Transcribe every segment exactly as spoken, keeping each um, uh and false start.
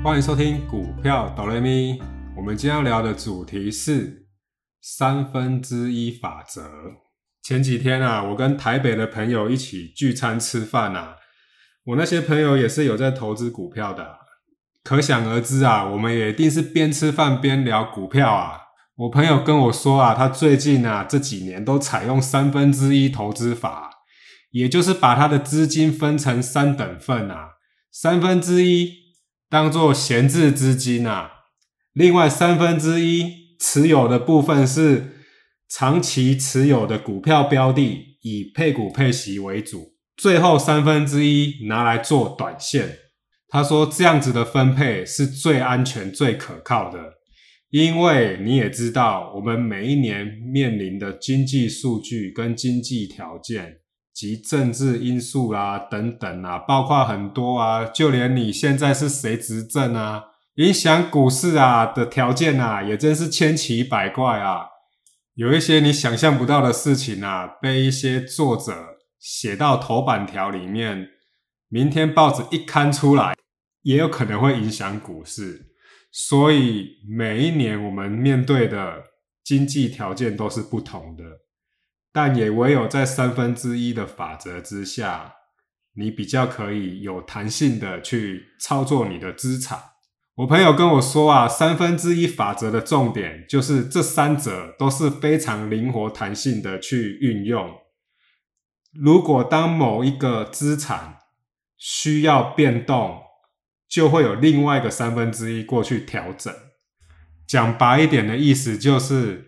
欢迎收听股票哆来咪。我们今天要聊的主题是三分之一法则。前几天啊，我跟台北的朋友一起聚餐吃饭啊，我那些朋友也是有在投资股票的啊，可想而知啊，我们也一定是边吃饭边聊股票啊。我朋友跟我说啊，他最近啊这几年都采用三分之一投资法，也就是把他的资金分成三等份啊，三分之一当作闲置资金啊，另外三分之一持有的部分是长期持有的股票标的，以配股配息为主，最后三分之一拿来做短线。他说这样子的分配是最安全最可靠的，因为你也知道我们每一年面临的经济数据跟经济条件及政治因素啊等等啊，包括很多啊，就连你现在是谁执政啊，影响股市啊的条件啊也真是千奇百怪啊。有一些你想象不到的事情啊，被一些作者写到头版条里面，明天报纸一刊出来，也有可能会影响股市。所以每一年我们面对的经济条件都是不同的，但也唯有在三分之一的法则之下，你比较可以有弹性的去操作你的资产。我朋友跟我说啊，三分之一法则的重点就是这三者都是非常灵活弹性的去运用。如果当某一个资产需要变动，就会有另外一个三分之一过去调整。讲白一点的意思就是，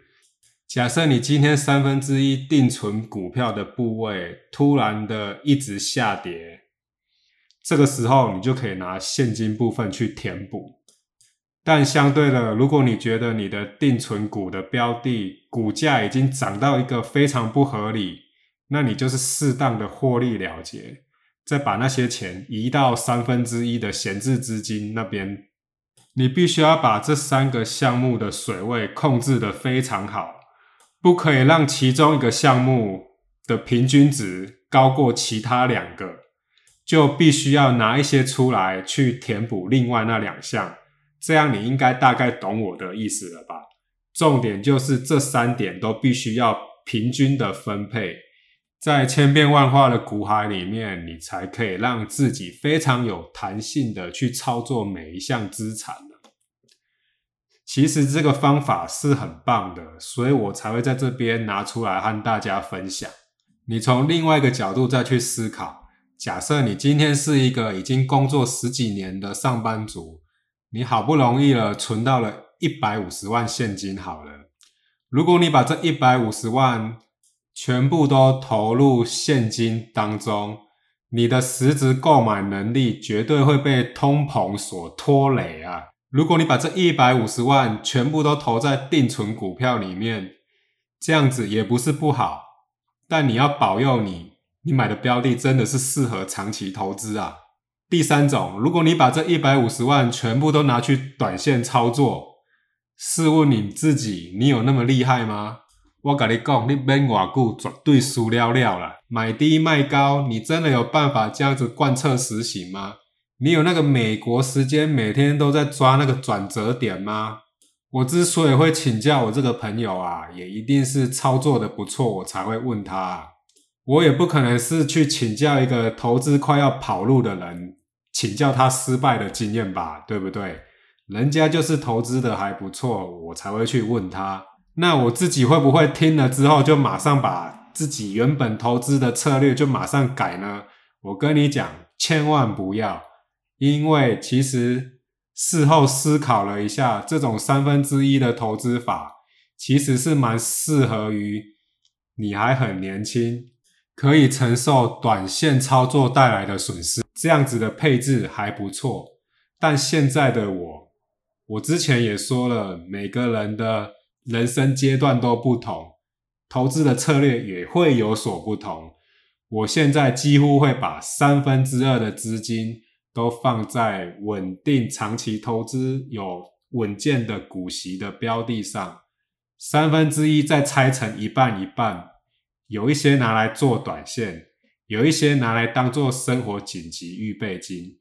假设你今天三分之一定存股票的部位突然的一直下跌，这个时候你就可以拿现金部分去填补。但相对的，如果你觉得你的定存股的标的股价已经涨到一个非常不合理，那你就是适当的获利了结，再把那些钱移到三分之一的闲置资金那边。你必须要把这三个项目的水位控制得非常好，不可以让其中一个项目的平均值高过其他两个，就必须要拿一些出来去填补另外那两项。这样你应该大概懂我的意思了吧？重点就是这三点都必须要平均的分配，在千变万化的股海里面，你才可以让自己非常有弹性的去操作每一项资产。其实这个方法是很棒的，所以我才会在这边拿出来和大家分享。你从另外一个角度再去思考，假设你今天是一个已经工作十几年的上班族，你好不容易了存到了一百五十万现金好了，如果你把这一百五十万全部都投入现金当中，你的实质购买能力绝对会被通膨所拖累啊。如果你把这一百五十万全部都投在定存股票里面，这样子也不是不好，但你要保佑你你买的标的真的是适合长期投资啊。第三种，如果你把这一百五十万全部都拿去短线操作，试问你自己，你有那么厉害吗？我跟你讲，你免偌久绝对输了了啦。买低卖高，你真的有办法这样子贯彻实行吗？你有那个美国时间每天都在抓那个转折点吗？我之所以会请教我这个朋友啊，也一定是操作的不错，我才会问他啊。我也不可能是去请教一个投资快要跑路的人，请教他失败的经验吧，对不对？人家就是投资的还不错，我才会去问他。那我自己会不会听了之后就马上把自己原本投资的策略就马上改呢？我跟你讲，千万不要，因为其实事后思考了一下，这种三分之一的投资法其实是蛮适合于你还很年轻，可以承受短线操作带来的损失，这样子的配置还不错。但现在的我，我之前也说了，每个人的人生阶段都不同，投资的策略也会有所不同。我现在几乎会把三分之二的资金都放在稳定长期投资有稳健的股息的标的上，三分之一再拆成一半一半，有一些拿来做短线，有一些拿来当做生活紧急预备金。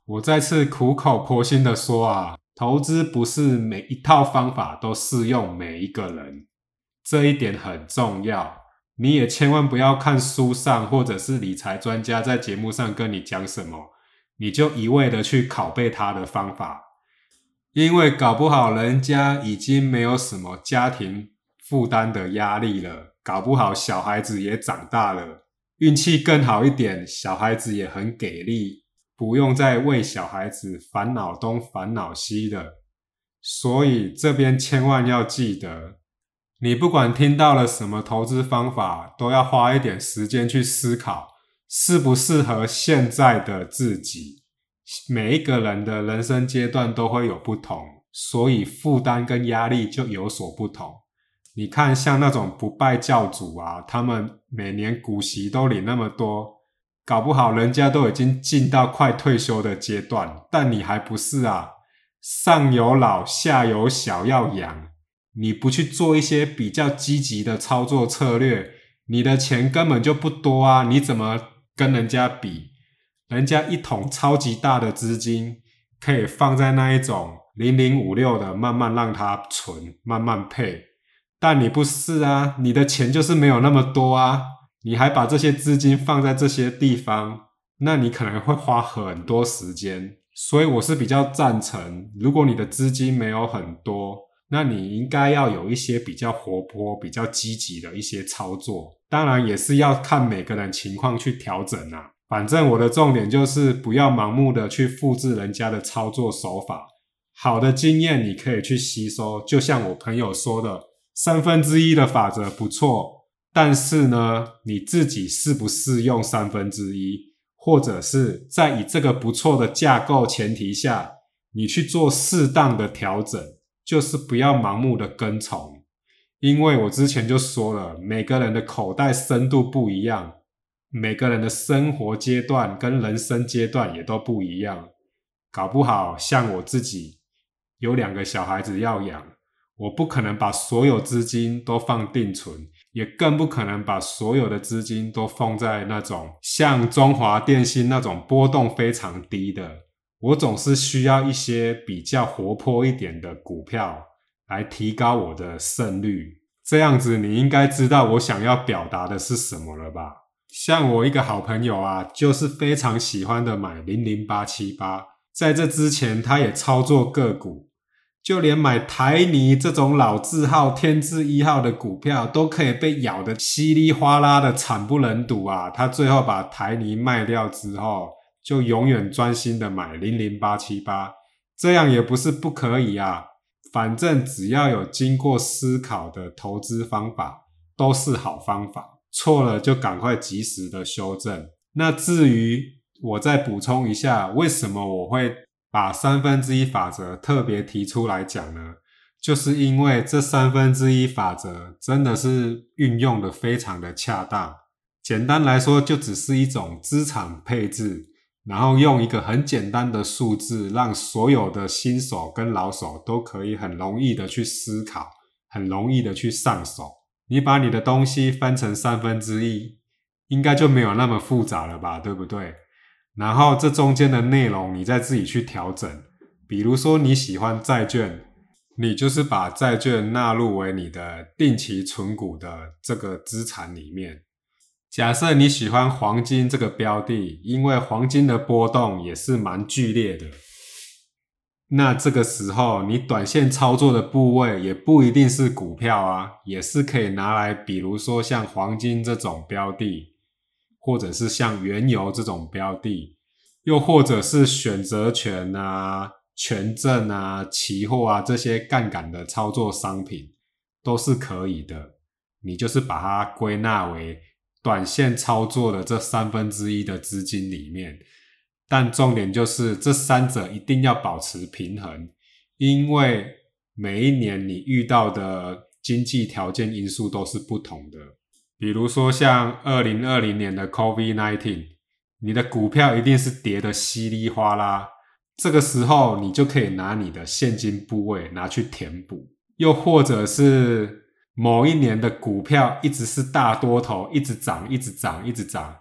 我再次苦口婆心的说啊，投资不是每一套方法都适用每一个人，这一点很重要。你也千万不要看书上或者是理财专家在节目上跟你讲什么，你就一味的去拷贝他的方法，因为搞不好人家已经没有什么家庭负担的压力了，搞不好小孩子也长大了，运气更好一点，小孩子也很给力，不用再为小孩子烦恼东烦恼西的。所以这边千万要记得，你不管听到了什么投资方法，都要花一点时间去思考，适不适合现在的自己。每一个人的人生阶段都会有不同，所以负担跟压力就有所不同。你看像那种不败教主啊，他们每年股息都领那么多，搞不好人家都已经进到快退休的阶段，但你还不是啊，上有老下有小要养，你不去做一些比较积极的操作策略，你的钱根本就不多啊，你怎么跟人家比？人家一桶超级大的资金可以放在那一种零零五六的，慢慢让它存，慢慢配，但你不是啊，你的钱就是没有那么多啊，你还把这些资金放在这些地方，那你可能会花很多时间。所以我是比较赞成，如果你的资金没有很多，那你应该要有一些比较活泼比较积极的一些操作，当然也是要看每个人情况去调整啊。反正我的重点就是不要盲目的去复制人家的操作手法，好的经验你可以去吸收，就像我朋友说的，三分之一的法则不错，但是呢，你自己适不适用三分之一，或者是在以这个不错的架构前提下，你去做适当的调整，就是不要盲目的跟从。因为我之前就说了，每个人的口袋深度不一样，每个人的生活阶段跟人生阶段也都不一样，搞不好像我自己有两个小孩子要养，我不可能把所有资金都放定存，也更不可能把所有的资金都放在那种像中华电信那种波动非常低的，我总是需要一些比较活泼一点的股票来提高我的胜率。这样子你应该知道我想要表达的是什么了吧？像我一个好朋友啊，就是非常喜欢的买零零八七八，在这之前他也操作个股，就连买台泥这种老字号天字一号的股票都可以被咬得稀里哗啦的惨不忍睹啊，他最后把台泥卖掉之后，就永远专心的买零零八七八，这样也不是不可以啊，反正只要有经过思考的投资方法都是好方法，错了就赶快及时的修正。那至于我再补充一下，为什么我会把三分之一法则特别提出来讲呢？就是因为这三分之一法则真的是运用的非常的恰当。简单来说，就只是一种资产配置，然后用一个很简单的数字，让所有的新手跟老手都可以很容易的去思考，很容易的去上手。你把你的东西分成三分之一，应该就没有那么复杂了吧，对不对？然后这中间的内容你再自己去调整。比如说你喜欢债券，你就是把债券纳入为你的定期存股的这个资产里面。假设你喜欢黄金这个标的，因为黄金的波动也是蛮剧烈的，那这个时候你短线操作的部位也不一定是股票啊，也是可以拿来比如说像黄金这种标的，或者是像原油这种标的，又或者是选择权啊、权证啊、期货啊这些杠杆的操作商品都是可以的。你就是把它归纳为短线操作的这三分之一的资金里面，但重点就是这三者一定要保持平衡，因为每一年你遇到的经济条件因素都是不同的。比如说像二零二零年的 COVID 十九， 你的股票一定是跌得稀里哗啦，这个时候你就可以拿你的现金部位拿去填补。又或者是某一年的股票一直是大多头，一直涨一直涨一直涨，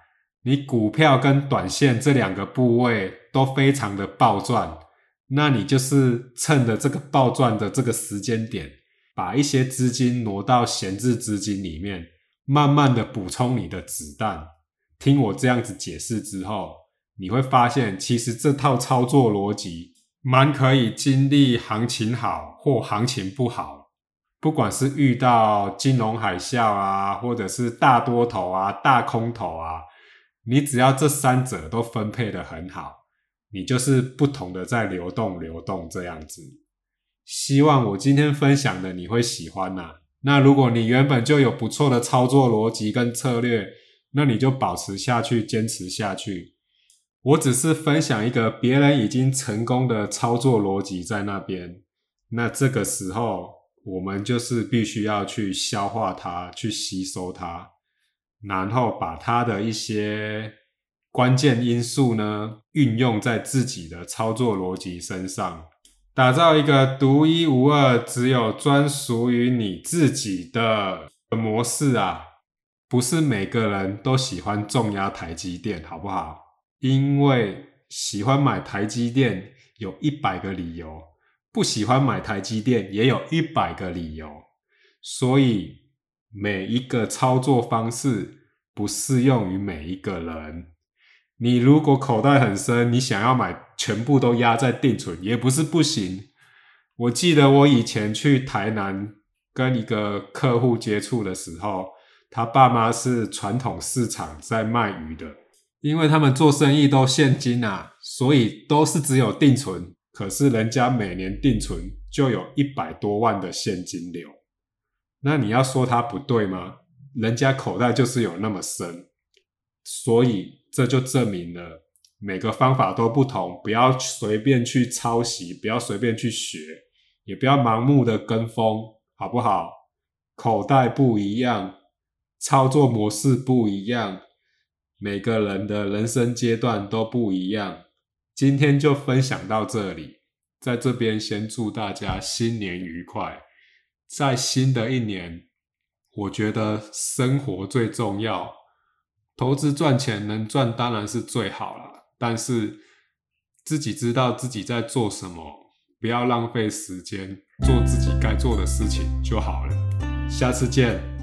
你股票跟短线这两个部位都非常的暴赚，那你就是趁着这个暴赚的这个时间点，把一些资金挪到闲置资金里面，慢慢的补充你的子弹。听我这样子解释之后，你会发现其实这套操作逻辑蛮可以经历行情好或行情不好，不管是遇到金融海啸啊，或者是大多头啊、大空头啊，你只要这三者都分配得很好，你就是不同的在流动流动这样子。希望我今天分享的你会喜欢啊。那如果你原本就有不错的操作逻辑跟策略，那你就保持下去，坚持下去。我只是分享一个别人已经成功的操作逻辑在那边，那这个时候我们就是必须要去消化它，去吸收它，然后把它的一些关键因素呢运用在自己的操作逻辑身上，打造一个独一无二只有专属于你自己的模式啊。不是每个人都喜欢重压台积电，好不好？因为喜欢买台积电有一百个理由，不喜欢买台积电也有一百个理由，所以每一个操作方式不适用于每一个人。你如果口袋很深，你想要买全部都压在定存也不是不行。我记得我以前去台南跟一个客户接触的时候，他爸妈是传统市场在卖鱼的，因为他们做生意都现金啊，所以都是只有定存，可是人家每年定存就有一百多万的现金流。那你要说他不对吗？人家口袋就是有那么深，所以这就证明了每个方法都不同，不要随便去抄袭，不要随便去学，也不要盲目的跟风，好不好？口袋不一样，操作模式不一样，每个人的人生阶段都不一样。今天就分享到这里，在这边先祝大家新年愉快。在新的一年，我觉得生活最重要，投资赚钱能赚当然是最好啦，但是自己知道自己在做什么，不要浪费时间，做自己该做的事情就好了。下次见。